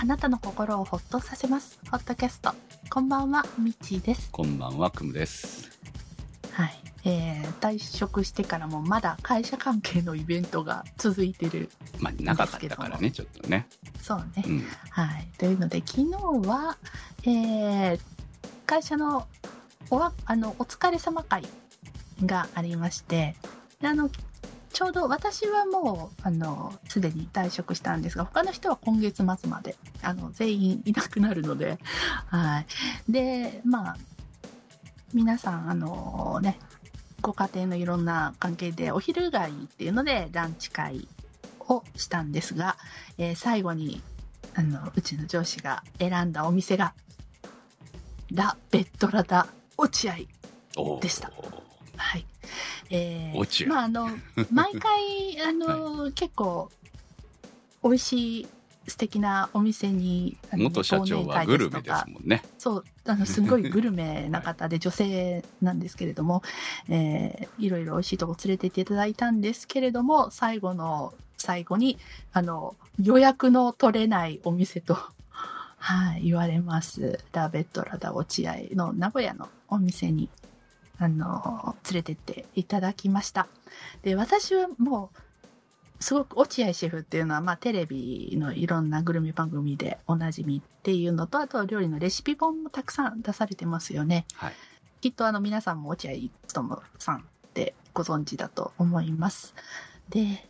あなたの心をほっとさせますホットキャスト。こんばんは、みちです。 こんばんは、くむです。 はい、退職してからもまだ会社関係のイベントが続いてる。 まあ長かったからね、ちょっとね。 そうね、 うん、 はい。というので昨日は、会社のお疲れ様会がありまして、ちょうど私はもうすでに退職したんですが、他の人は今月末まで全員いなくなるので、はい。で、まあ皆さんね、ご家庭のいろんな関係でお昼がいいっていうのでランチ会をしたんですが、最後にうちの上司が選んだお店がラ・ベッドラダ落合でした。はい。 落合。 まあ毎回はい、結構美味しい素敵なお店に元社長はグルメですもんね。 そうすごいグルメな方で女性なんですけれども、いろいろ美味しいとこ連れて行っていただいたんですけれども、最後の最後に予約の取れないお店とはい、言われますラ・ベッドラダ落合の名古屋のお店に連れてっていただきました。で、私はもうすごく落合シェフっていうのは、まあ、テレビのいろんなグルメ番組でおなじみっていうのと、あとは料理のレシピ本もたくさん出されてますよね。 はい、 きっと皆さんも落合務さんってご存知だと思います。で、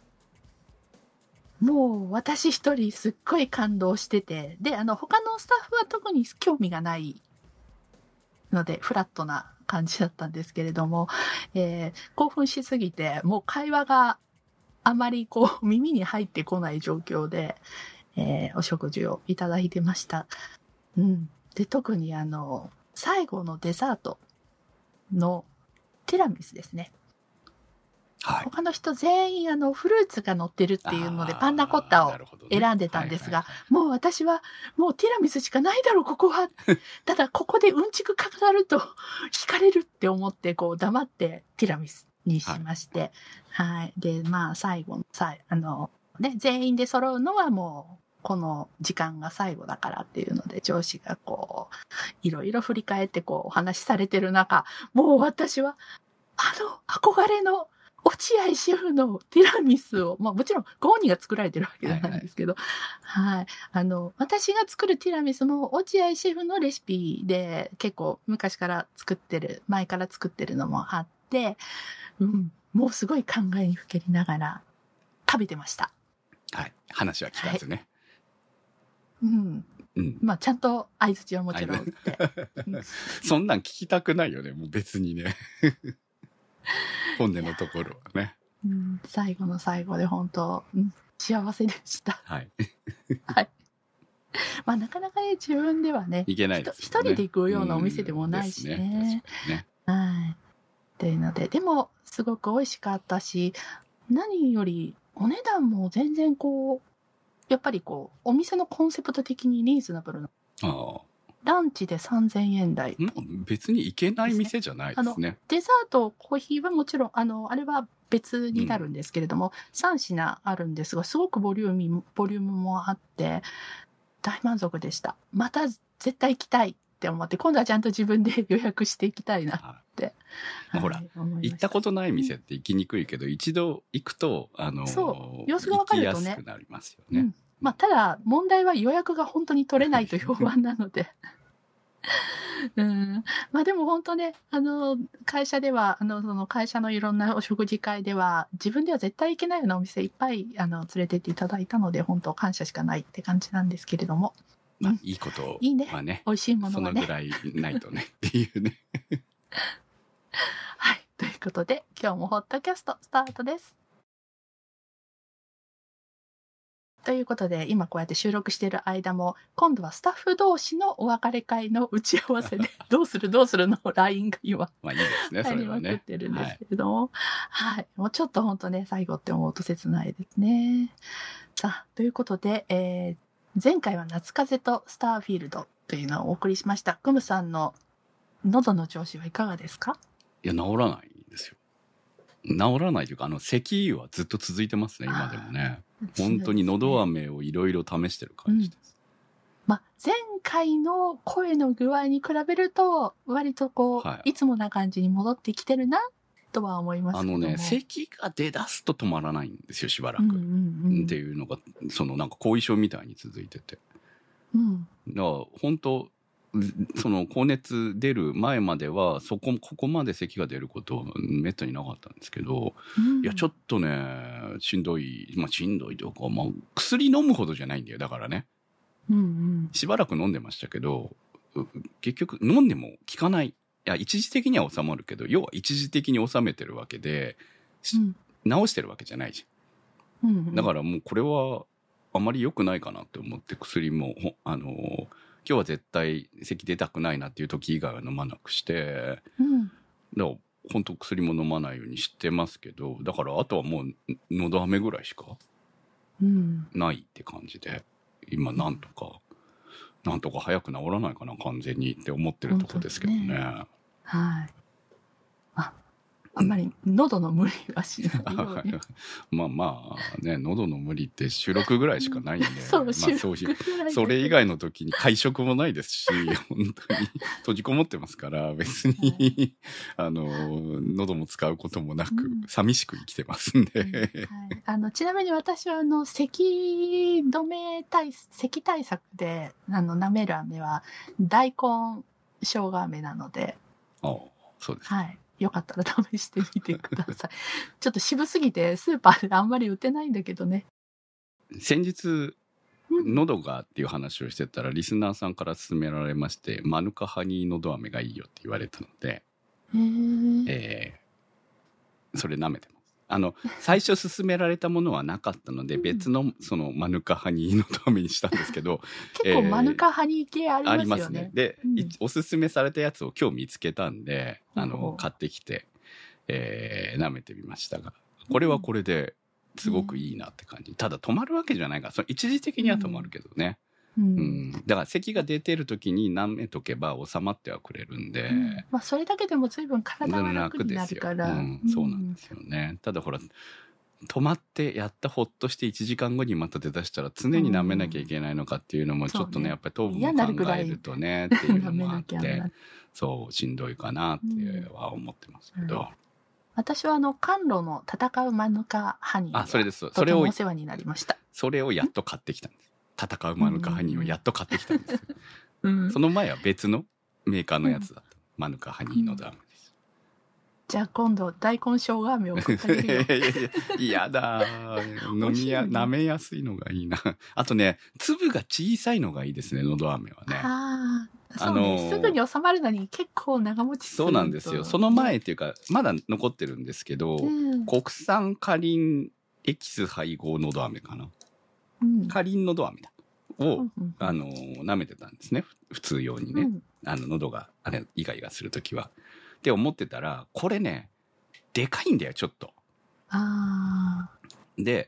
もう私一人すっごい感動してて、で、他のスタッフは特に興味がないので、フラットな感じだったんですけれども、興奮しすぎて、もう会話があまり耳に入ってこない状況で、お食事をいただいてました。うん。で、特に最後のデザートのティラミスですね。はい、他の人全員フルーツが乗ってるっていうのでパンナコッタを選んでたんですが、もう私はもうティラミスしかないだろう、ここは。ただここでうんちくかかると惹かれるって思って黙ってティラミスにしまして、はい。で、まあ最後のね、全員で揃うのはもうこの時間が最後だからっていうので、上司がいろいろ振り返ってお話しされてる中、もう私は憧れの落合シェフのティラミスを、まあもちろんご本人が作られてるわけじゃないんですけど、はい。私が作るティラミスも落合シェフのレシピで結構昔から前から作ってるのもあって、うん、もうすごい考えにふけりながら食べてました。 はい。話は聞かずね。 はい、うん。うん、まあちゃんと相槌はもちろん打って。 そんなん聞きたくないよね、もう別にね。本音のところはね。 うん、最後の最後で本当、うん、幸せでした。 はい。 はい。まあなかなかね、自分ではね、 行けないですね。 一人で行くようなお店でもないしね。 ね。 はい。というので、でもすごく美味しかったし、何よりお値段も全然やっぱりお店のコンセプト的にリーズナブルな。ランチで3000円台。 別に行けない店じゃないですね。 デザート、コーヒーはもちろん、あれは別になるんですけれども、3品あるんですが、すごくボリュームもあって、大満足でした。また絶対行きたいって思って、今度はちゃんと自分で予約していきたいなって。 はい、ほら、行ったことない店って行きにくいけど、一度行くと、 そう、様子が分かるとね。 行きやすくなりますよね。 まあ、ただ、問題は予約が本当に取れないと評判なので。まあでも本当ね、会社では、その会社のいろんなお食事会では、自分では絶対行けないようなお店いっぱい、連れてっていただいたので、本当感謝しかないって感じなんですけれども。 まあ、いいことはね。 いいね。美味しいものはね。 そのぐらいないとね、っていうね。 はい。ということで、今日もホットキャストスタートです。ということで、今こうやって収録している間も、今度はスタッフ同士のお別れ会の打ち合わせで、どうするの LINE が今、 まあいいですね、そ入りまくってるんですけれども、はい。もうちょっと本当ね、最後って思うと切ないですね。さあ、ということで、前回は夏風とスターフィールドというのをお送りしました。クムさんの喉の調子はいかがですか？ いや、治らないんですよ。治らないというか、咳はずっと続いてますね、今でもね。本当に喉飴をいろいろ試してる感じです。 まあ、前回の声の具合に比べると、割とこう、 はいいつもな感じに戻ってきてるな、とは思いますけども。 咳が出だすと止まらないんですよ、しばらく。 うんうんうん。 っていうのが、なんか後遺症みたいに続いてて。 うん。 だから本当高熱出る前まではここまで咳が出ることはめったになかったんですけど、いやちょっとねしんどいしんどいというか、薬飲むほどじゃないんだよ。だからね、 うんうん。 しばらく飲んでましたけど、結局飲んでも効かない。いや一時的には収まるけど、要は一時的に収めてるわけで、治してるわけじゃないじゃん。 うんうん、 だからもうこれはあまり良くないかなって思って、薬も今日は絶対咳出たくないなっていう時以外は飲まなくして、 うん、 だから本当薬も飲まないようにしてますけど、だからあとはもう喉飴ぐらいしかないって感じで、今なんとか早く治らないかな完全にって思ってるとこですけどね。 はい。あんまり喉の無理はしないように。 まあね、喉の無理って収録ぐらいしかないんで、 そう収録ぐらいそれ以外の時に会食もないですし、本当に閉じこもってますから、別に、はい、喉も使うこともなく、寂しく生きてますんで、 はい、ちなみに私は咳対策で舐める飴は大根生姜飴なので、 そうです。 はい。よかったら試してみてください。ちょっと渋すぎてスーパーであんまり売ってないんだけどね。 先日、喉がっていう話をしてたら、リスナーさんから勧められまして、マヌカハニー喉飴がいいよって言われたので、それ舐めてます。最初勧められたものはなかったので、別のマヌカハニーのためにしたんですけど、 結構マヌカハニー系ありますよね。ありますね。 で、おすすめされたやつを今日見つけたんで、買ってきて、舐めてみましたが、これはこれですごくいいなって感じ。ただ止まるわけじゃないから、一時的には止まるけどね。だから咳が出てる時に舐めとけば収まってはくれるんで、 それだけでも随分体が楽になるから、 そうなんですよね。ただほら止まってやったほっとして1時間後にまた出だしたら常に舐めなきゃいけないのかっていうのもちょっとね、やっぱり糖分も考えるとねっていうのもあってそうしんどいかなっては思ってますけど、 私は甘露の戦うマヌカハニーそれです。 とてもお世話になりました。 それをやっと買ってきたんです。戦うマヌカハニーをやっと買ってきたんです。その前は別のメーカーのやつだった。マヌカハニーのダメです。 じゃあ今度大根生姜飴を送ってあげるよ。 嫌だ。舐めやすいのがいいな。あとね、粒が小さいのがいいですね、のど飴はね。 そうね、すぐに収まるのに結構長持ちする。 そうなんですよ。その前っていうか、まだ残ってるんですけど、国産カリンエキス配合のど飴かな。カリンのど飴だ。を、舐めてたんですね。普通用にね。喉が、イガイガするときは。って思ってたら、これね、でかいんだよ、ちょっと。で、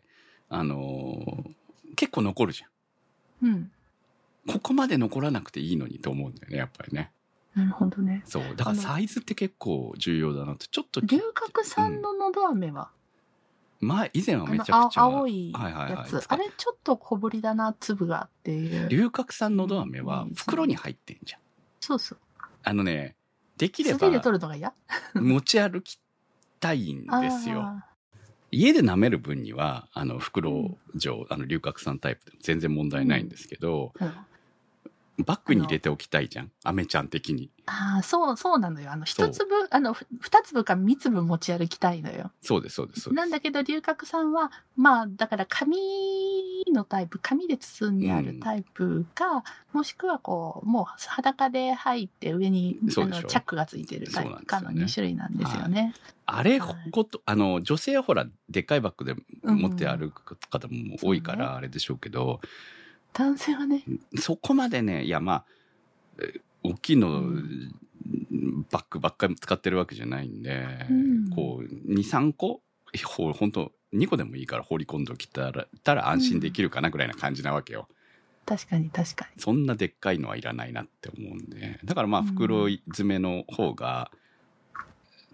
結構残るじゃん。ここまで残らなくていいのにと思うんだよね、やっぱりね。 なるほどね。 そう。だからサイズって結構重要だなって。ちょっと。 龍角散ののど飴は、 以前はめちゃくちゃ。 青いやつ。あれちょっと小ぶりだな、粒がっていう。 龍角散のど飴は袋に入ってんじゃん。 そうそう。 できれば。 素手で取るのが嫌持ち歩きたいんですよ。家で舐める分には、袋状、龍角散タイプでも全然問題ないんですけど、バッグに入れておきたいじゃん。アメちゃん的に。 そうなのよ。一粒、二粒か三粒持ち歩きたいのよ。 そうです。 なんだけど、龍角散は、だから紙のタイプ、紙で包んであるタイプか、もしくはもう裸で入って上に、チャックがついてるタイプかの2種類なんですよね。 あれごと、女性はほら、でっかいバッグで持って歩く方も多いから、あれでしょうけど、 男性はね。 そこまでね、いや大きいの、バッグばっかり使ってるわけじゃないんで、2、3個、ほんと2個でもいいから放り込んでおきたら安心できるかなぐらいな感じなわけよ。 確かに。 そんなでっかいのはいらないなって思うんで。だから袋詰めの方が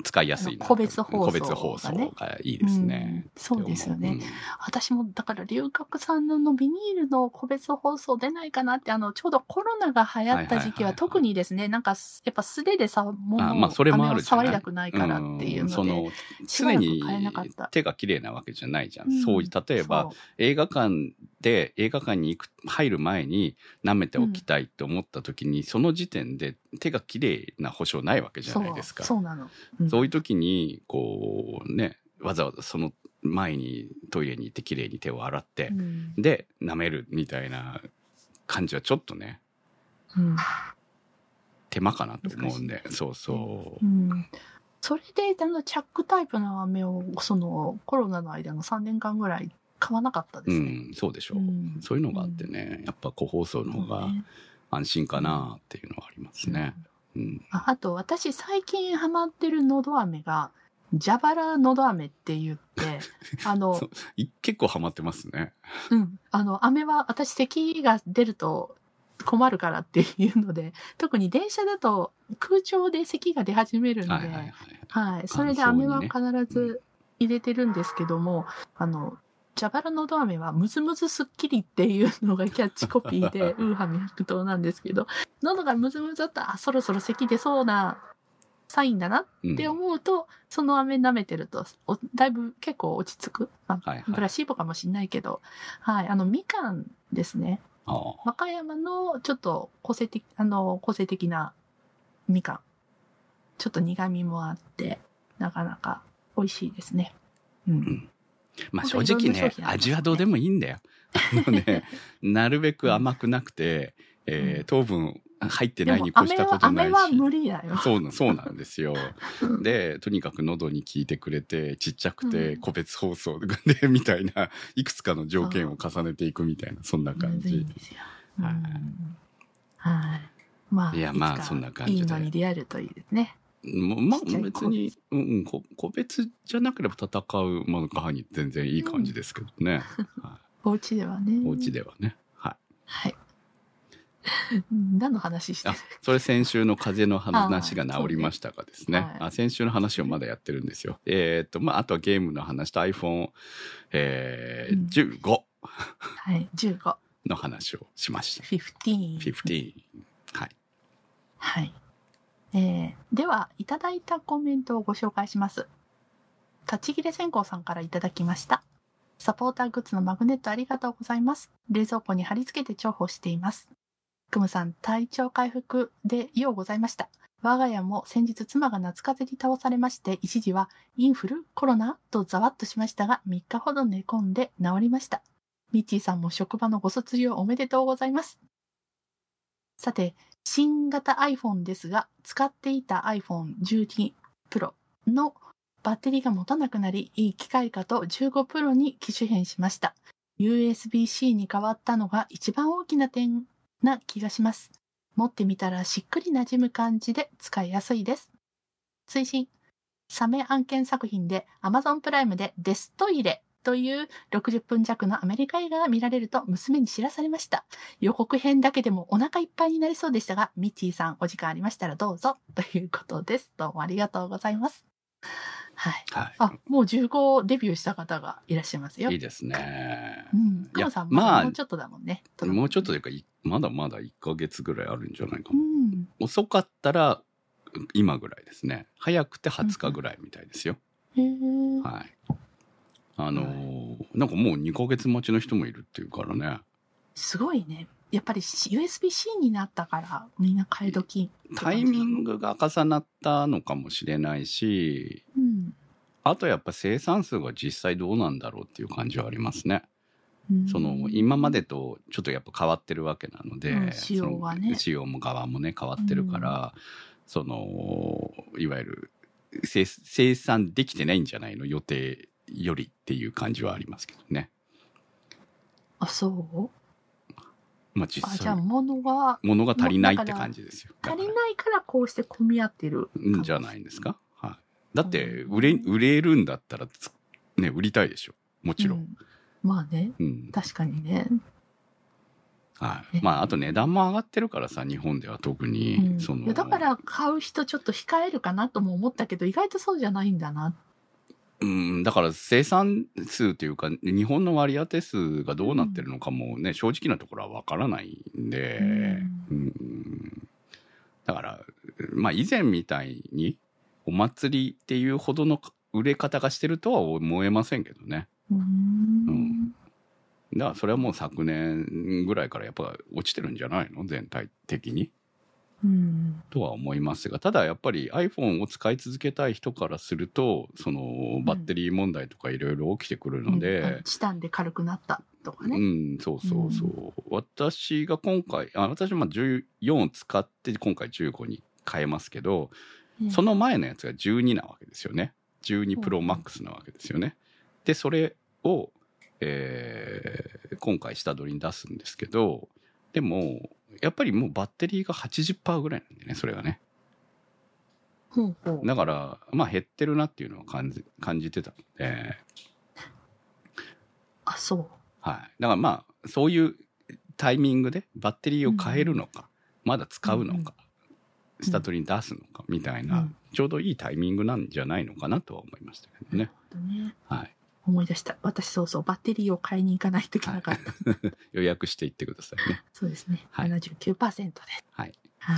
使いやすいな。 個別放送がね。 個別放送がいいですね。 そうですよね。私も、だから龍角散のビニールの個別放送出ないかなって、ちょうどコロナが流行った時期は特にですね、なんか、やっぱ素手で物を、 それもあるじゃない。 触りたくないからっていうので、 常に手が綺麗なわけじゃないじゃん。そういう、例えば、映画館に入る前に舐めておきたいって思った時に、その時点で手が綺麗な保証ないわけじゃないですか。 そうなの。 そういう時に、こうね、わざわざその前にトイレに行って綺麗に手を洗って、で、舐めるみたいな感じはちょっとね、手間かなと思うんで、そうそう。 それで、チャックタイプの飴を、コロナの間の3年間ぐらい買わなかったですね。 そうでしょう。そういうのがあってね、やっぱ個包装の方が安心かなっていうのはありますね。 あと、私最近ハマってるのど飴が、蛇腹のど飴って言って、 結構ハマってますね。 飴は私咳が出ると困るからっていうので、特に電車だと空調で咳が出始めるんで、それで飴は必ず入れてるんですけども、蛇腹のど飴はムズムズスッキリっていうのがキャッチコピーで、ウーハ脈動なんですけど、喉がムズムズだったら、そろそろ咳出そうなサインだなって思うと、その飴舐めてると、だいぶ結構落ち着く。プラシーボかもしんないけど、みかんですね。和歌山のちょっと個性的なみかん。ちょっと苦味もあって、なかなか美味しいですね。 まあ正直ね、味はどうでもいいんだよ。なるべく甘くなくて、糖分入ってないに越したことないし。 飴は無理だよ。 そうなんですよ。で、とにかく喉に効いてくれて、ちっちゃくて、個別包装で、みたいな、いくつかの条件を重ねていくみたいな、そんな感じ。 いいですよ。まあ、いや、まあ、そんな感じで。いいのに出会えるといいですね。 まあ別に、個別じゃなければ戦うマヌカハニー全然いい感じですけどね。 お家ではね。 お家ではね。 はい。何の話してる？ それ先週の風邪の話が治りましたかですね。先週の話をまだやってるんですよ。まああとはゲームの話と iPhone、15。 はい、15。 の話をしました。 15。 はい。 はい。では、いただいたコメントをご紹介します。立ち切れ線香さんからいただきました。サポーターグッズのマグネットありがとうございます。冷蔵庫に貼り付けて重宝しています。クムさん、体調回復でようございました。我が家も先日妻が夏風邪に倒されまして、一時はインフル、コロナとざわっとしましたが、3日ほど寝込んで治りました。ミッチーさんも職場のご卒業おめでとうございます。さて、新型 iPhone ですが、使っていた iPhone 12 Pro のバッテリーが持たなくなり、機械化と15 Pro に機種変しました。USB-C に変わったのが一番大きな点な気がします。持ってみたらしっくり馴染む感じで使いやすいです。追伸、サメ案件作品で Amazon プライムでデストイレという60分弱のアメリカ映画が見られると娘に知らされました。予告編だけでもお腹いっぱいになりそうでしたが、ミッチーさんお時間ありましたらどうぞということです。どうもありがとうございます。はい。もう15デビューした方がいらっしゃいますよ。 いいですね。 カムさんもうちょっとだもんね。 もうちょっとというか、まだまだ1ヶ月ぐらいあるんじゃないかな。遅かったら今ぐらいですね。早くて20日ぐらいみたいですよ。はい。なんかもう2ヶ月待ちの人もいるっていうからね。 すごいね。やっぱり USB-C になったからみんな買い時。 タイミングが重なったのかもしれないし、あとやっぱ生産数が実際どうなんだろうっていう感じはありますね。今までとちょっとやっぱ変わってるわけなので、 仕様がね。 仕様も側もね変わってるから、いわゆる生産できてないんじゃないの予定よりっていう感じはありますけどね。 そうまあ実際。 じゃあ物が足りないって感じですよ。 足りないからこうして混み合ってる。 んじゃないんですか。はい。だって売れるんだったらね売りたいでしょ。もちろん。 まあね。確かにね。 はい。まあ、あと値段も上がってるからさ、日本では特に。 だから買う人ちょっと控えるかなとも思ったけど、意外とそうじゃないんだな。 だから生産数というか、日本の割り当て数がどうなってるのかもね、正直なところはわからないんで、だから、まあ以前みたいにお祭りっていうほどの売れ方がしてるとは思えませんけどね。だからそれはもう昨年ぐらいからやっぱ落ちてるんじゃないの、全体的に。とは思いますが、ただやっぱり iPhone を使い続けたい人からすると、そのバッテリー問題とかいろいろ起きてくるので、 チタンで軽くなったとかね。 そうそうそう。私が今回、私はまあ14を使って今回15に変えますけど、その前のやつが12なわけですよね。12 Pro Max なわけですよね。で、それを、今回下取りに出すんですけど、でも、やっぱりもうバッテリーが 80% ぐらいなんでね、それがね。だから、まあ減ってるなっていうのは感じてたので。 あ、そう。 はい。だからまあ、そういうタイミングでバッテリーを変えるのか、まだ使うのか、下取りに出すのかみたいな、ちょうどいいタイミングなんじゃないのかなとは思いましたけどね。はい。 思い出した。私そうバッテリーを買いに行かないといけなかった。 予約していってくださいね。 そうですね。はい、79% です。 はい。 はい。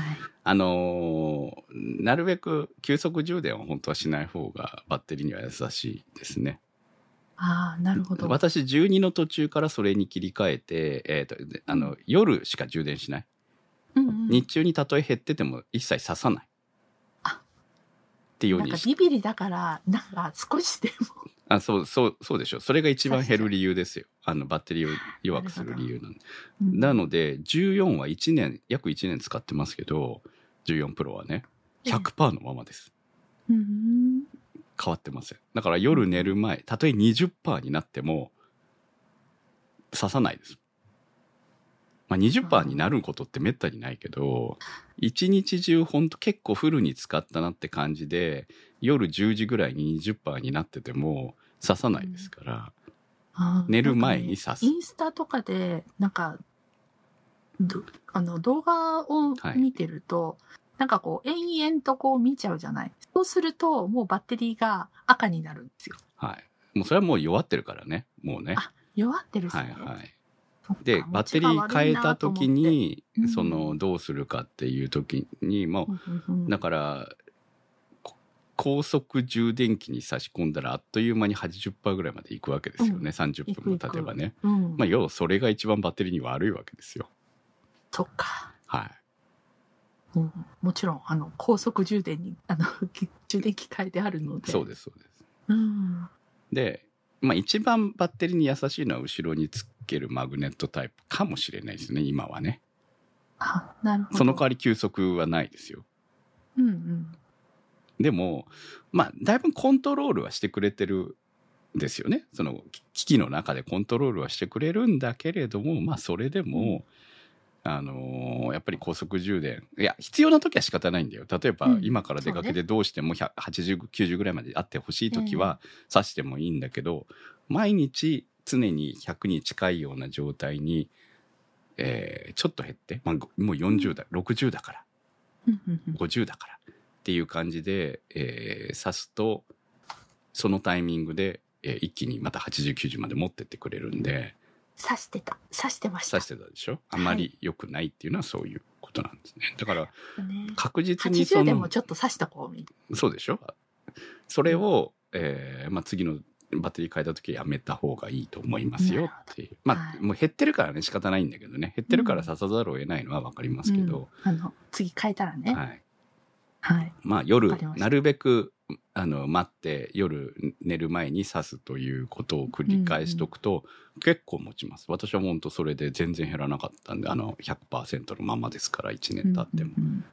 なるべく急速充電は本当はしない方がバッテリーには優しいですね。 ああ、なるほど。 私12の途中からそれに切り替えて、夜しか充電しない。日中にたとえ減ってても一切刺さない。っていうようになんかビビリだから、なんか少しでも。 そうでしょ。それが一番減る理由ですよ。バッテリーを弱くする理由なんで。なので、14は約1年使ってますけど、14プロはね、100% のままです。変わってません。だから夜寝る前、たとえ 20% になっても、刺さないです。まあ、20% になることってめったにないけど、一日中ほんと結構フルに使ったなって感じで、夜10時ぐらいに 20% になってても刺さないですから、寝る前に刺す。 インスタとかで、なんか、動画を見てると、なんかこう、延々とこう見ちゃうじゃない。そうすると、もうバッテリーが赤になるんですよ。 はい。もうそれはもう弱ってるからね。もうね。 あ、弱ってるっすね。 はいはい。で、バッテリー変えた時に、どうするかっていう時に、もう、だから、高速充電器に差し込んだらあっという間に 80% ぐらいまでいくわけですよね。30分も経てばね。まあ、要はそれが一番バッテリーに悪いわけですよ。 そっか。 はい。 もちろん、高速充電に、充電器変えてあるので。 そうです、そうです。で、まあ一番バッテリーに優しいのは後ろにつけるマグネットタイプかもしれないですね、今はね。 あ、なるほど。 その代わり急速はないですよ。でも、まあ、だいぶコントロールはしてくれてるんですよね。その機器の中でコントロールはしてくれるんだけれども、まあそれでも、やっぱり高速充電。いや、必要な時は仕方ないんだよ。例えば、今から出かけてどうしても80、90ぐらいまであってほしい時は、挿してもいいんだけど、毎日常に100に近いような状態に、ちょっと減って、まあ、もう40だ、60だから、50だから、っていう感じで、挿すと、そのタイミングで、一気にまた80、90まで持ってってくれるんで、 刺してました。 刺してたでしょ。あんまり良くないっていうのはそういうことなんですね。だから、確実に80でもちょっと刺しとこうみたいな。そうでしょ。それを、まあ、次のバッテリー変えた時はやめた方がいいと思いますよっていう。まあ、もう減ってるからね、仕方ないんだけどね。減ってるから刺さざるを得ないのはわかりますけど。 次変えたらね。 はい。 はい。 まあ、夜、なるべく、待って夜寝る前に刺すということを繰り返しておくと結構持ちます。私は本当それで全然減らなかったんで100% のままですから1年経っても、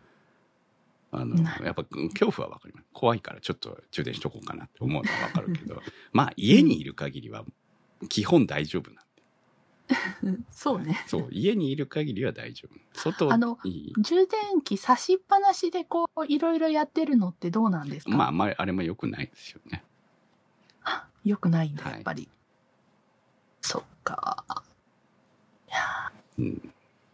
やっぱ恐怖は分かります。怖いからちょっと充電しとこうかなって思うのは分かるけどまあ家にいる限りは基本大丈夫なんでそうね。 そう、家にいる限りは大丈夫。外充電器差しっぱなしでこう、いろいろやってるのってどうなんですか？ まあ、あまり、あれも良くないですよね。 良くないんだ、やっぱり。そっか。いや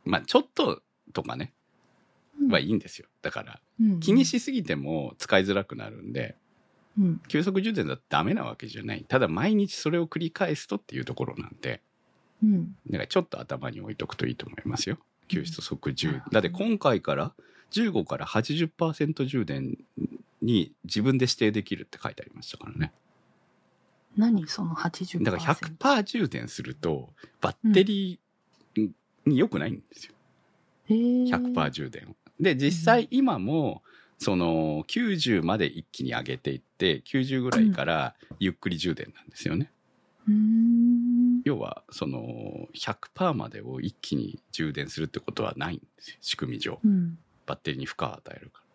まあちょっととかね、はいいんですよ。だから、気にしすぎても使いづらくなるんで、急速充電だとダメなわけじゃない。ただ毎日それを繰り返すとっていうところなんで、だからちょっと頭に置いとくといいと思いますよ。急速充電。だって今回から15から 80% 充電に自分で指定できるって書いてありましたからね。 何その 80%？ だから 100% 充電するとバッテリーに良くないんですよ。100% 充電を。で、実際今も、その90まで一気に上げていって、90ぐらいからゆっくり充電なんですよね。要は、その 100% までを一気に充電するってことはないんですよ。仕組み上。バッテリーに負荷を与えるから。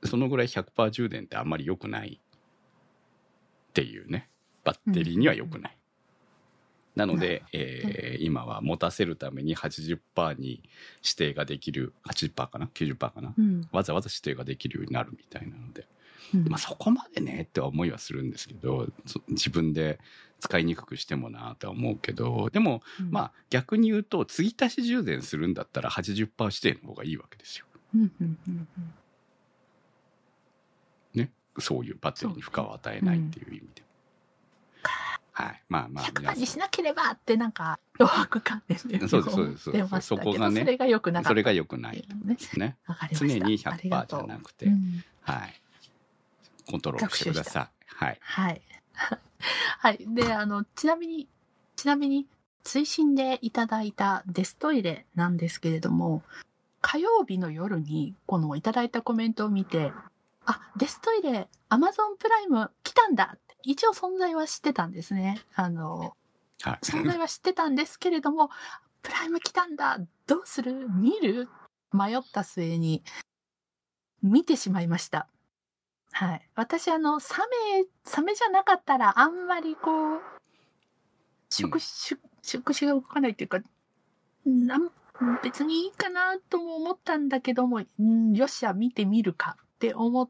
そのぐらい 100% 充電ってあんまり良くないっていうね。バッテリーには良くない。なので、今は持たせるために 80% に指定ができる、80% かな ?90% かな、わざわざ指定ができるようになるみたいなので。まあそこまでねって思いはするんですけど、自分で使いにくくしてもなとは思うけど、でも、まあ逆に言うと、継ぎ足し充電するんだったら 80% 指定の方がいいわけですよ。ね。そういうバッテリーに負荷を与えないっていう意味で。はい。まあまあ。 100% にしなければってなんか、脅迫観念でそうです。そこがね。 それが良くなかった。 それが良くないですね。常に 100% じゃなくて、はい。コントロールしてください。はい。 はい。はい。で、ちなみに、追伸でいただいたデストイレなんですけれども、火曜日の夜にこのいただいたコメントを見て、あ、デストイレ、Amazon プライム来たんだって、一応存在は知ってたんですね。存在は知ってたんですけれども、プライム来たんだ、どうする？見る？迷った末に、見てしまいました。はい。私、サメじゃなかったら、あんまりこう、触手が動かないっていうか、別にいいかなとも思ったんだけども、よっしゃ、見てみるかって思って、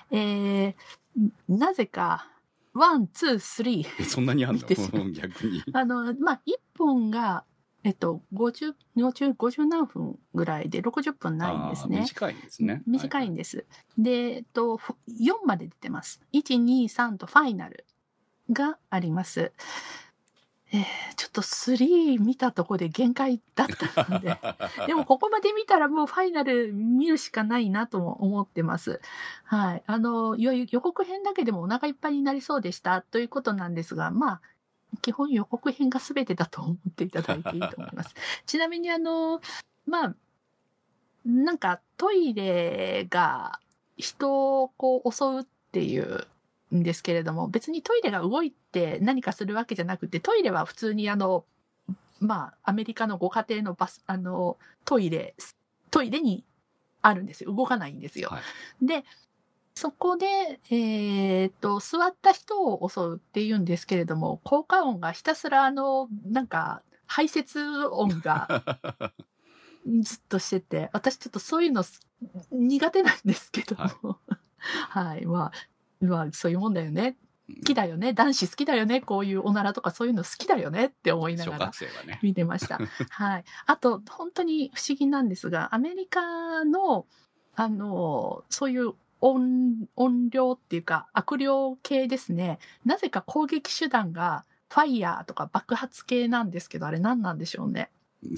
なぜか、1、2、3。 そんなにあんの？逆に。 まあ、1本が、50何分ぐらいで60分ないんですね。 短いんですね。 短いんです。で、4まで出てます。1、2、3とファイナルがあります。ちょっと3見たとこで限界だったので、でもここまで見たらもうファイナル見るしかないなとも思ってます。はい。予告編だけでもお腹いっぱいになりそうでしたということなんですが、まあ、基本予告編が全てだと思っていただいていいと思います。ちなみにまあ、なんかトイレが人をこう襲うっていうんですけれども、別にトイレが動いて何かするわけじゃなくて、トイレは普通にまあ、アメリカのご家庭のトイレにあるんですよ。動かないんですよ。はい、で、そこで、座った人を襲うっていうんですけれども、効果音がひたすらなんか、排泄音がずっとしてて、私ちょっとそういうの苦手なんですけど、はい、まあ、そういうもんだよね。好きだよね。男子好きだよね。こういうおならとかそういうの好きだよねって思いながら見てました。はい。あと、本当に不思議なんですが、アメリカの、そういう音量っていうか、悪霊系ですね。なぜか攻撃手段がファイヤーとか爆発系なんですけど、あれ何なんでしょうね。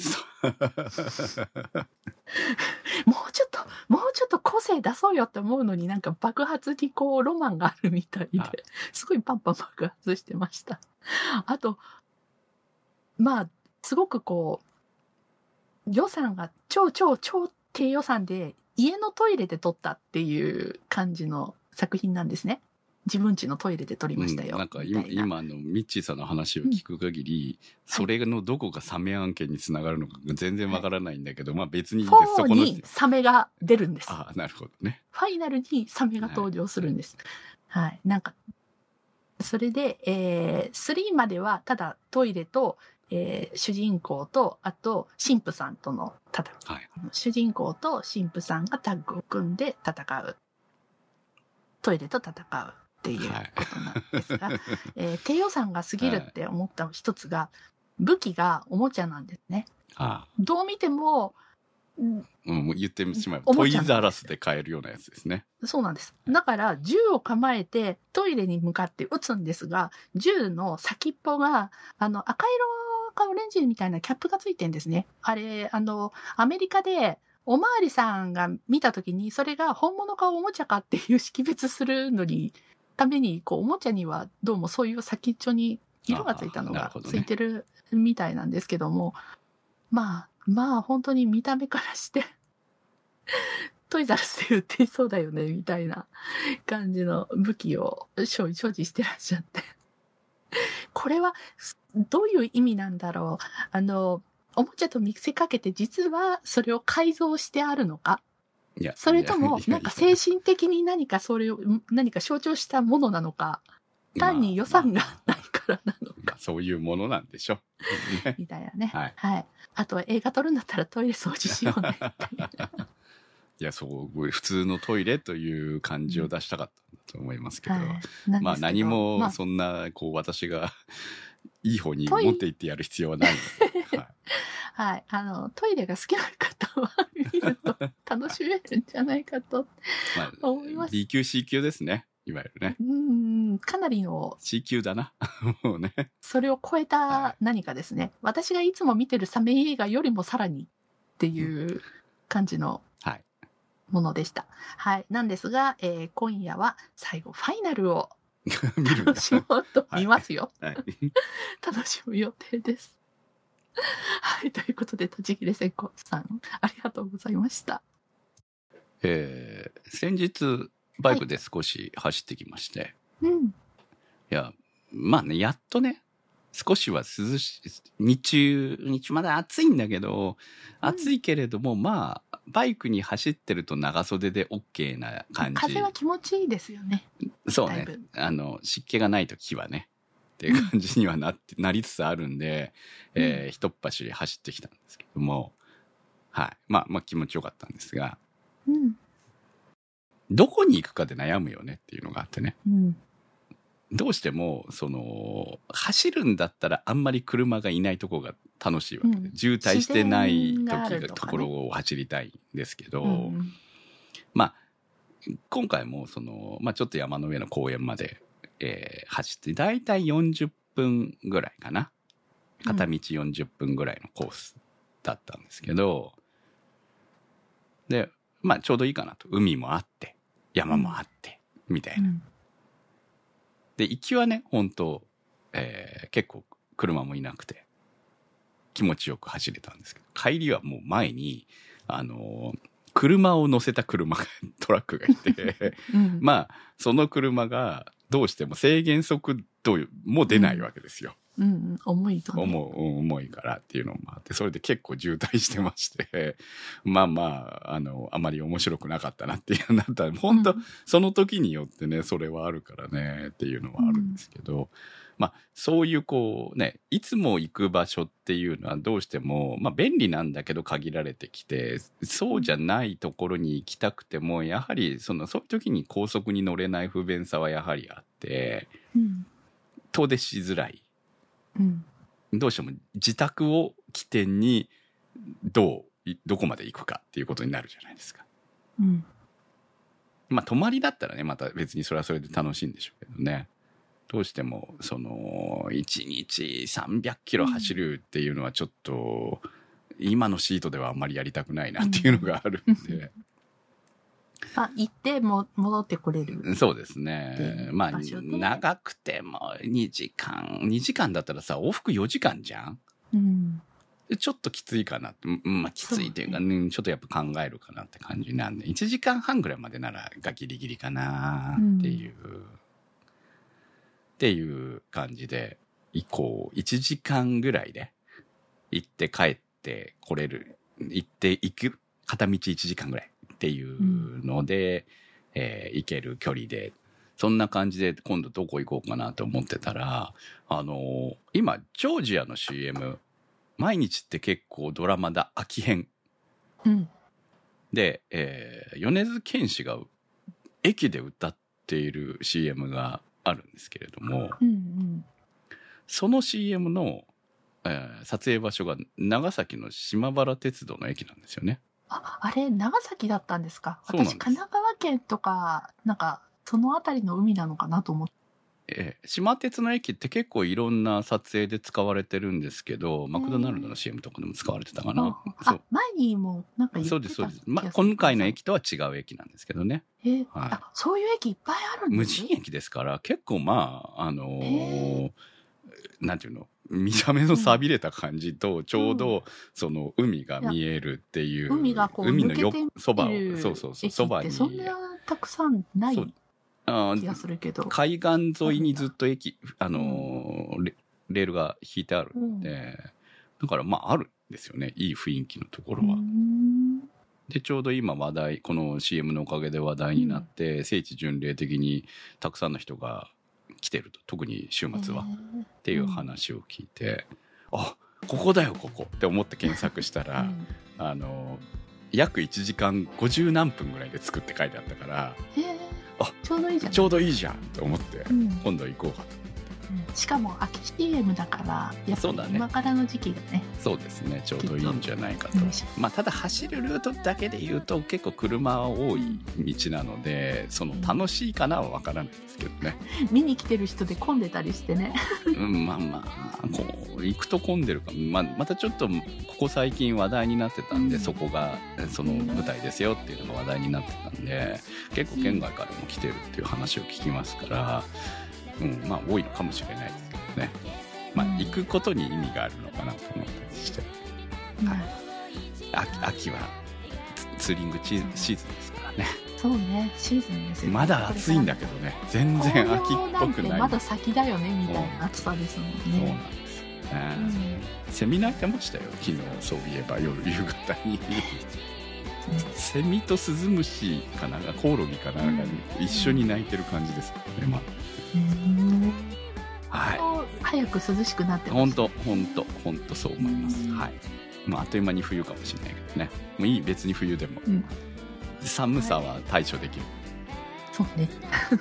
もうちょっと個性出そうよって思うのになんか爆発にこうロマンがあるみたいで、すごいパンパン爆発してました。あと、まあ、すごくこう、予算が超低予算で家のトイレで撮ったっていう感じの作品なんですね。自分家のトイレで撮りましたよ。 なんか今のミッチーさんの話を聞く限り、それのどこがサメ案件につながるのか全然わからないんだけど、まあ別にいいです。 そこにサメが出るんです。 ああ、なるほどね。 ファイナルにサメが登場するんです。はい。なんか、それで、3まではただトイレと、主人公と、あと、神父さんとの戦い。主人公と神父さんがタッグを組んで戦う。トイレと戦う。っていうことなんですが、低予算が過ぎるって思った一つが、武器がおもちゃなんですね。 どう見ても、 言ってしまえばトイザらスで買えるようなやつですね。 そうなんです。だから銃を構えてトイレに向かって撃つんですが、銃の先っぽが赤色かオレンジみたいなキャップがついてるんですね。あれアメリカでおまわりさんが見たときにそれが本物かおもちゃかっていう識別するのにためにおもちゃにはどうもそういう先っちょに色がついたのがついてるみたいなんですけども、まあ本当に見た目からしてトイザらスで売っていそうだよねみたいな感じの武器を所持してらっしゃってこれはどういう意味なんだろう。おもちゃと見せかけて実はそれを改造してあるのか、それともなんか精神的に何かそれを何か象徴したものなのか、単に予算がないからなのか、 そういうものなんでしょみたいなね。はい。あとは映画撮るんだったらトイレ掃除しようねいや、普通のトイレという感じを出したかったんだと思いますけど、まあ何もそんな私がいい方に持っていってやる必要はないので、 はい、トイレが好きな方は見ると楽しめるんじゃないかと思います。 B 級 C 級ですね、いわゆるね。かなりの C 級だなもうね。 それを超えた何かですね。私がいつも見てるサメ映画よりもさらにっていう感じのものでした。はい。なんですが、今夜は最後ファイナルを楽しもうと見ますよ。楽しむ予定です。はい。ということで、栃木レセコさん、ありがとうございました。 先日、バイクで少し走ってきまして。 いや、まあね、やっとね、少しは涼しい、日中まだ暑いんだけど、暑いけれども、まあ、バイクに走ってると長袖で OK な感じ。 風は気持ちいいですよね。 そうね。湿気がない時はね、っていう感じにはなりつつあるんで、一っ走り走ってきたんですけども、はい。まあ気持ちよかったんですが、どこに行くかで悩むよねっていうのがあってね。どうしても、走るんだったらあんまり車がいないところが楽しいわけで、渋滞してないところを走りたいんですけど、まあ、今回もまあちょっと山の上の公園まで、走って、だいたい40分ぐらいかな。片道40分ぐらいのコースだったんですけど、で、まあちょうどいいかなと。海もあって、山もあって、みたいな。で、行きはね、本当結構車もいなくて、気持ちよく走れたんですけど、帰りはもう前に、車を乗せたトラックがいて、まあ、その車がどうしても制限速度も出ないわけですよ。 重いとね。 重いからっていうのもあって、それで結構渋滞してまして、まあ、あまり面白くなかったなっていうなったら、本当、その時によってね、それはあるからね、っていうのはあるんですけど、まあ、そういういつも行く場所っていうのはどうしても、まあ、便利なんだけど限られてきて、そうじゃないところに行きたくても、やはり、そういう時に高速に乗れない不便さはやはりあって、遠出しづらい。どうしても自宅を起点にどこまで行くかっていうことになるじゃないですか。まあ泊まりだったらね、また別にそれはそれで楽しいんでしょうけどね。どうしても1日300キロ走るっていうのはちょっと今のシートではあんまりやりたくないなっていうのがあるんで。 行っても戻ってこれる。 そうですね。まあ、長くても2時間だったらさ、往復4時間じゃん。ちょっときついかな。まあ、きついっていうか、ちょっとやっぱ考えるかなって感じなんで、1時間半ぐらいまでならがギリギリかなっていう、っていう感じで、以降、1時間ぐらいで行って帰ってこれる、行く、片道1時間ぐらい。っていうので、行ける距離で、そんな感じで今度どこ行こうかなと思ってたら、今、ジョージアの CM、毎日って結構ドラマだ、秋編。で、米津玄師が駅で歌っている CM があるんですけれども、その CM の撮影場所が長崎の島原鉄道の駅なんですよね。 あれ長崎だったんですか。私神奈川県とかなんかそのあたりの海なのかなと思って。 島鉄の駅って結構いろんな撮影で使われてるんですけど、マクドナルドの CM とかでも使われてたかな。 前にもなんか言ってた。 そうですそうです。今回の駅とは違う駅なんですけどね。 そういう駅いっぱいあるんですね。無人駅ですから結構なんていうの、見た目の寂れた感じとちょうどその海が見えるっていう、 海がこう抜けてそばをそばにそんなたくさんない気がするけど、 海岸沿いにずっと駅レールが引いてあるんで、だからあるんですよね、いい雰囲気のところは。でちょうど今この CM のおかげで話題になって、聖地巡礼的にたくさんの人が来てると、特に週末はっていう話を聞いて、ここだよここって思って検索したら、約1時間50何分ぐらいで着くって書いてあったから、ちょうどいいじゃん、ちょうどいいじゃんと思って、今度行こうかと。 しかも秋 CM だからやっぱり今からの時期がね、 そうですね、ちょうどいいんじゃないかと。ただ走るルートだけで言うと結構車多い道なので、その楽しいかなは分からないですけどね。 見に来てる人で混んでたりしてね。 こう行くと混んでるか、またちょっとここ最近話題になってたんで、そこがその舞台ですよっていうのが話題になってたんで、結構県外からも来てるっていう話を聞きますから、多いのかもしれないですけどね。行くことに意味があるのかなと思ったりして、秋はツーリングシーズンですからね。 そうね、シーズンですよね。 まだ暑いんだけどね、全然秋っぽくない。 まだ先だよねみたいな暑さですもんね。 そうなんですよね。セミ鳴いてましたよ昨日、そういえば夕方に。セミとスズムシかな、コオロギかな、一緒に鳴いてる感じですね。 早く涼しくなってます。 本当そう思います。あっという間に冬かもしれないけどね。もういい、別に冬でも、寒さは対処できる。 そうね。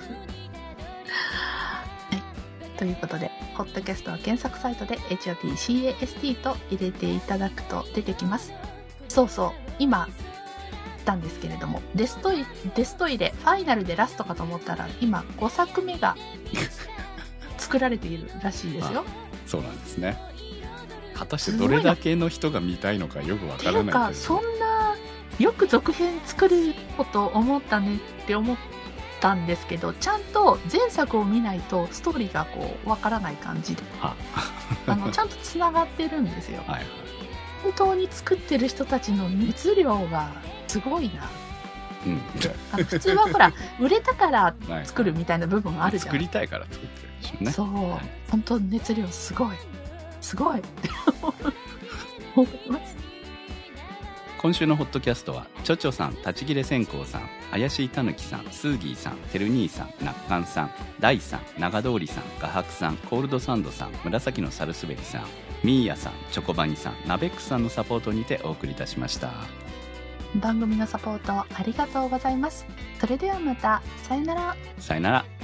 ということで、ホットキャストは検索サイトで HOTCAST と入れていただくと出てきます。そう今言ったんですけれども、デストイレファイナルでラストかと思ったら、今5作目が作られているらしいですよ。 そうなんですね。果たしてどれだけの人が見たいのかよくわからないけど、 そんなよく続編作ること思ったねって思ったんですけど、ちゃんと前作を見ないとストーリーがこうわからない感じでちゃんとつながってるんですよ。本当に作ってる人たちの熱量がすごいな。普通はほら売れたから作るみたいな部分があるじゃん。 作りたいから作ってるでしょうね。 そう、本当熱量すごいって思います。 今週のホットキャストはちょちょさん、立ち切れ線香さん、怪しいたぬきさん、スーギーさん、てる兄さん、なっかんさん、ダイさん、長通りさん、画伯さん、コールドサンドさん、紫のサルスベリさん、ミーヤさん、チョコバニさん、ナベックさんのサポートにてお送りいたしました。 番組のサポートありがとうございます。それではまた、さよなら。 さよなら。